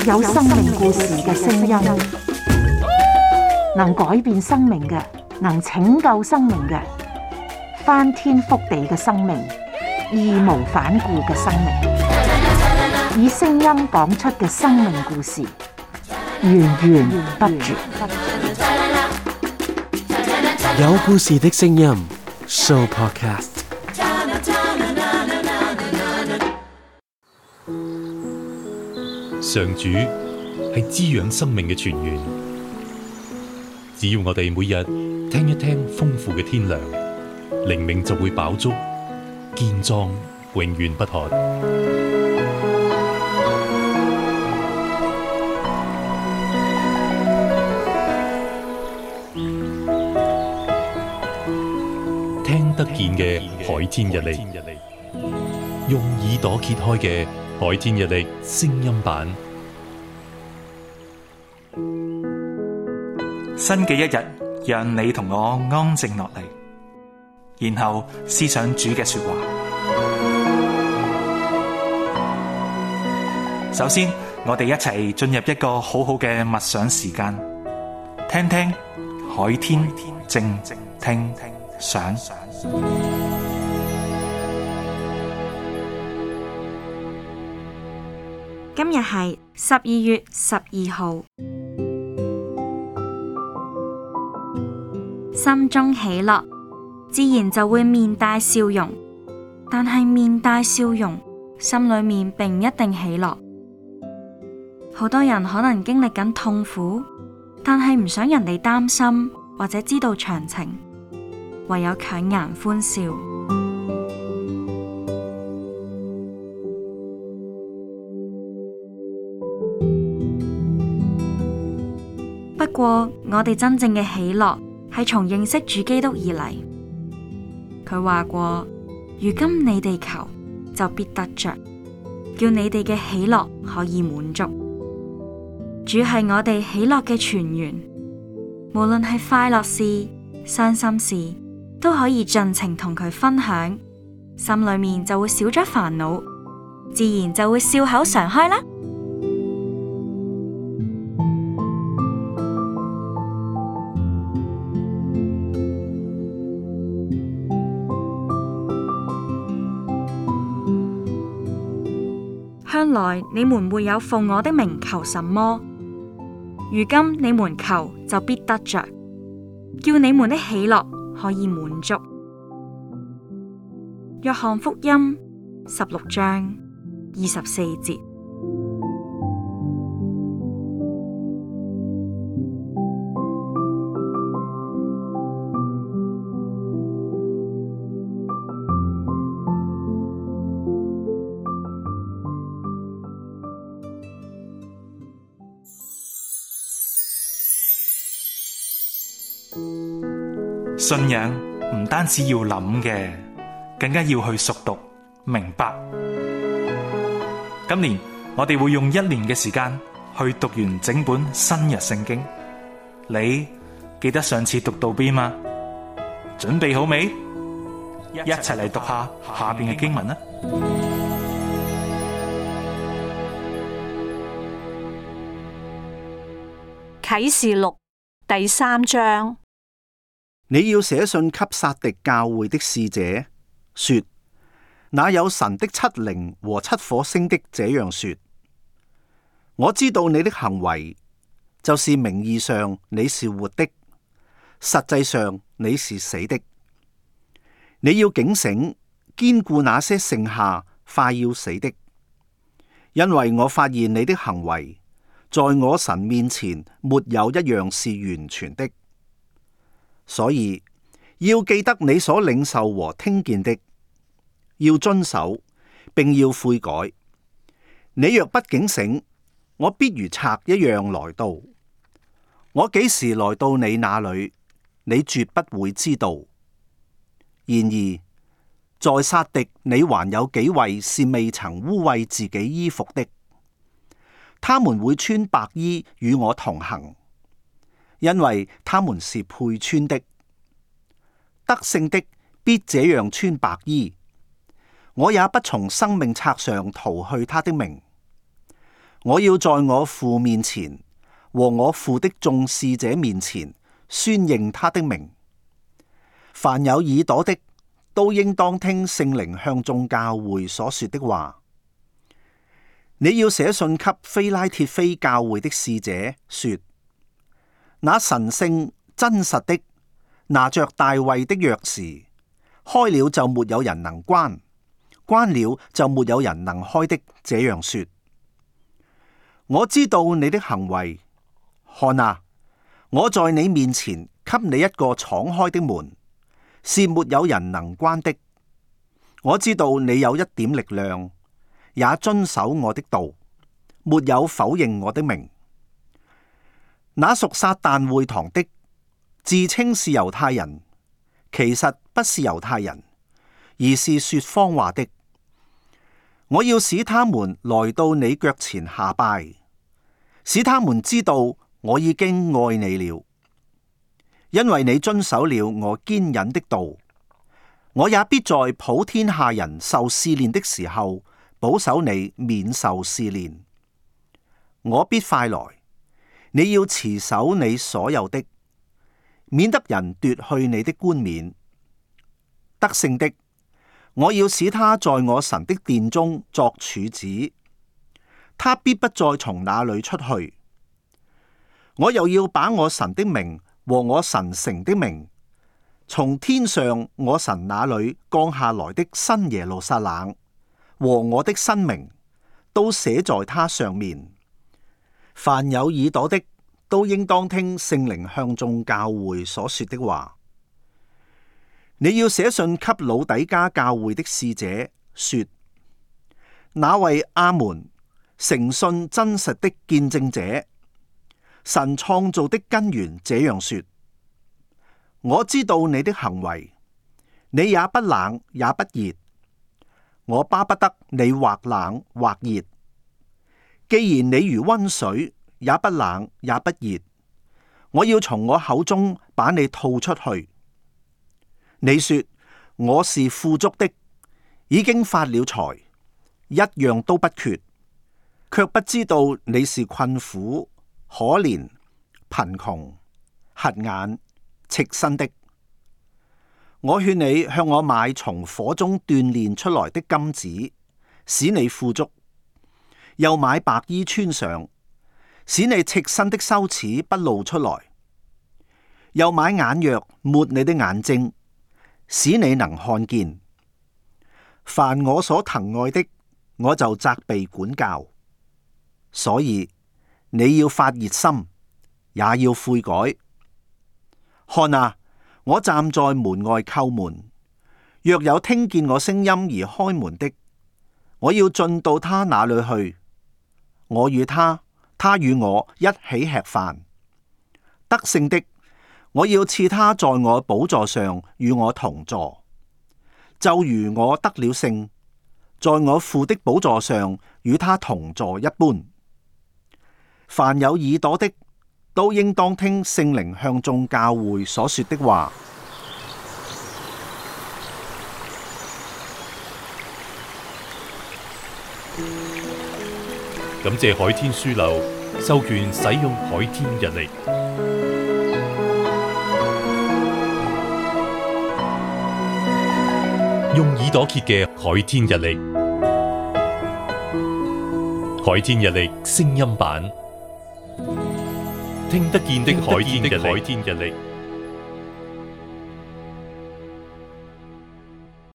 有生命故事嘅聲音，能改變生命嘅，能拯救生命嘅，翻天覆地嘅生命，義無反顧嘅生命，以聲音講出嘅生命故事，源源不絕。 有故事的聲音 Show Podcast。 上主係滋養生命嘅泉源，只要我哋每日聽一聽豐富嘅天糧，靈命就會飽足，健壯永遠不渴。聽得見嘅海天日曆，用耳朵揭開嘅海天日曆聲音版。 新嘅一日，讓你同我安靜落嚟，然後思想主嘅說話。首先，我哋一齊進入一個好好嘅默想時間，聽聽海天靜聽想。 今日係12月12號。心中喜樂，自然就會面帶笑容。但係面帶笑容，心裏面並唔一定喜樂。好多人可能經歷緊痛苦，但係唔想人哋擔心或者知道詳情，唯有強顏歡笑。不過，我哋真正嘅喜樂係從認識主基督而嚟。佢話過：如今你哋求，就必得着，叫你哋嘅喜樂可以滿足。主係我哋喜樂嘅泉源，無論係快樂事、傷心事，都可以盡情同佢分享，心裏面就會少咗煩惱，自然就會笑口常開啦。將來你們沒有奉我的名求什麼，如今你們求就必得着，叫你們的喜樂可以滿足。約翰福音16章24節。 信仰唔單止要諗嘅，更加要去熟讀明白。今年我哋會用1年嘅時間去讀完整本新約聖經。你記得上次讀到邊嗎？準備好未？一齊嚟讀下下邊嘅經文啦。 啟示錄第3章。 你要寫信給撒狄教會的使者，說：那有神的7靈和7顆星的這樣說：我知道你的行為，就是名義上你是活的，實際上你是死的。你要警醒，堅固那些剩下快要死的，因為我發現你的行為，在我神面前沒有一樣是完全的。所以要記得你所領受和聽見的，要遵守，並要悔改。你若不警醒，我必如賊一樣來到。我幾時來到你那裏，你絕不會知道。然而，在撒狄你還有幾位是未曾污穢自己衣服的，他們會穿白衣與我同行，因為他們是配穿的。得勝的必這樣穿白衣，我也不從生命冊上塗去他的名。 我要在我父面前和我父的眾使者面前宣認他的名。凡有耳朵的，都應當聽聖靈向眾教會所說的話。你要寫信給非拉鐵非教會的使者，說：那神聖真實的，拿着大衛的鑰匙，開了就沒有人能關，關了就沒有人能開的，這樣說。我知道你的行為，看啊，我在你面前給你一個敞開的門，是沒有人能關的。我知道你有一點力量，也遵守我的道，沒有否認我的名。那屬撒但會堂的，自稱是猶太人，其實不是猶太人，而是說謊話的。我要使他們來到你腳前下拜，使他們知道我已經愛你了，因為你遵守了我堅忍的道。我也必在普天下人受試煉的時候，保守你免受試煉。我必快來，你要持守你所有的，免得人奪去你的冠冕。得勝的，我要使他在我神的殿中作柱子，他必不再從那裏出去。我又要把我神的名和我神城的名，從天上我神那裏降下來的新耶路撒冷和我的新名，都寫在它上面。凡有耳朵的，都應當聽聖靈向眾教會所說的話。你要寫信給老底嘉教會的使者，說：那位阿門，誠信真實的見證者，神創造的根源這樣說：我知道你的行為，你也不冷也不熱，我巴不得你或冷或熱。既然你如溫水，也不冷也不熱，我要從我口中把你吐出去。你說我是富足的，已經發了財，一樣都不缺，卻不知道你是困苦、可憐、貧窮、瞎眼、赤身的。我勸你向我買從火中鍛煉出來的金子，使你富足；又買白衣穿上，使你赤身的羞恥不露出來；又買眼藥抹你的眼睛，使你能看見。凡我所疼愛的，我就責備管教。所以你要發熱心，也要悔改。看啊，我站在門外叩門，若有聽見我聲音而開門的，我要進到他那裏去，我與他，他與我一起吃飯。得勝的，我要賜他在我寶座上與我同坐，就如我得了勝，在我父的寶座上與他同坐一般。凡有耳朵的，都應當聽聖靈向眾教會所說的話。 感謝海天書樓授權使用海天日曆，用耳朵揭嘅海天日曆，海天日曆聲音版，聽得見的海天日曆。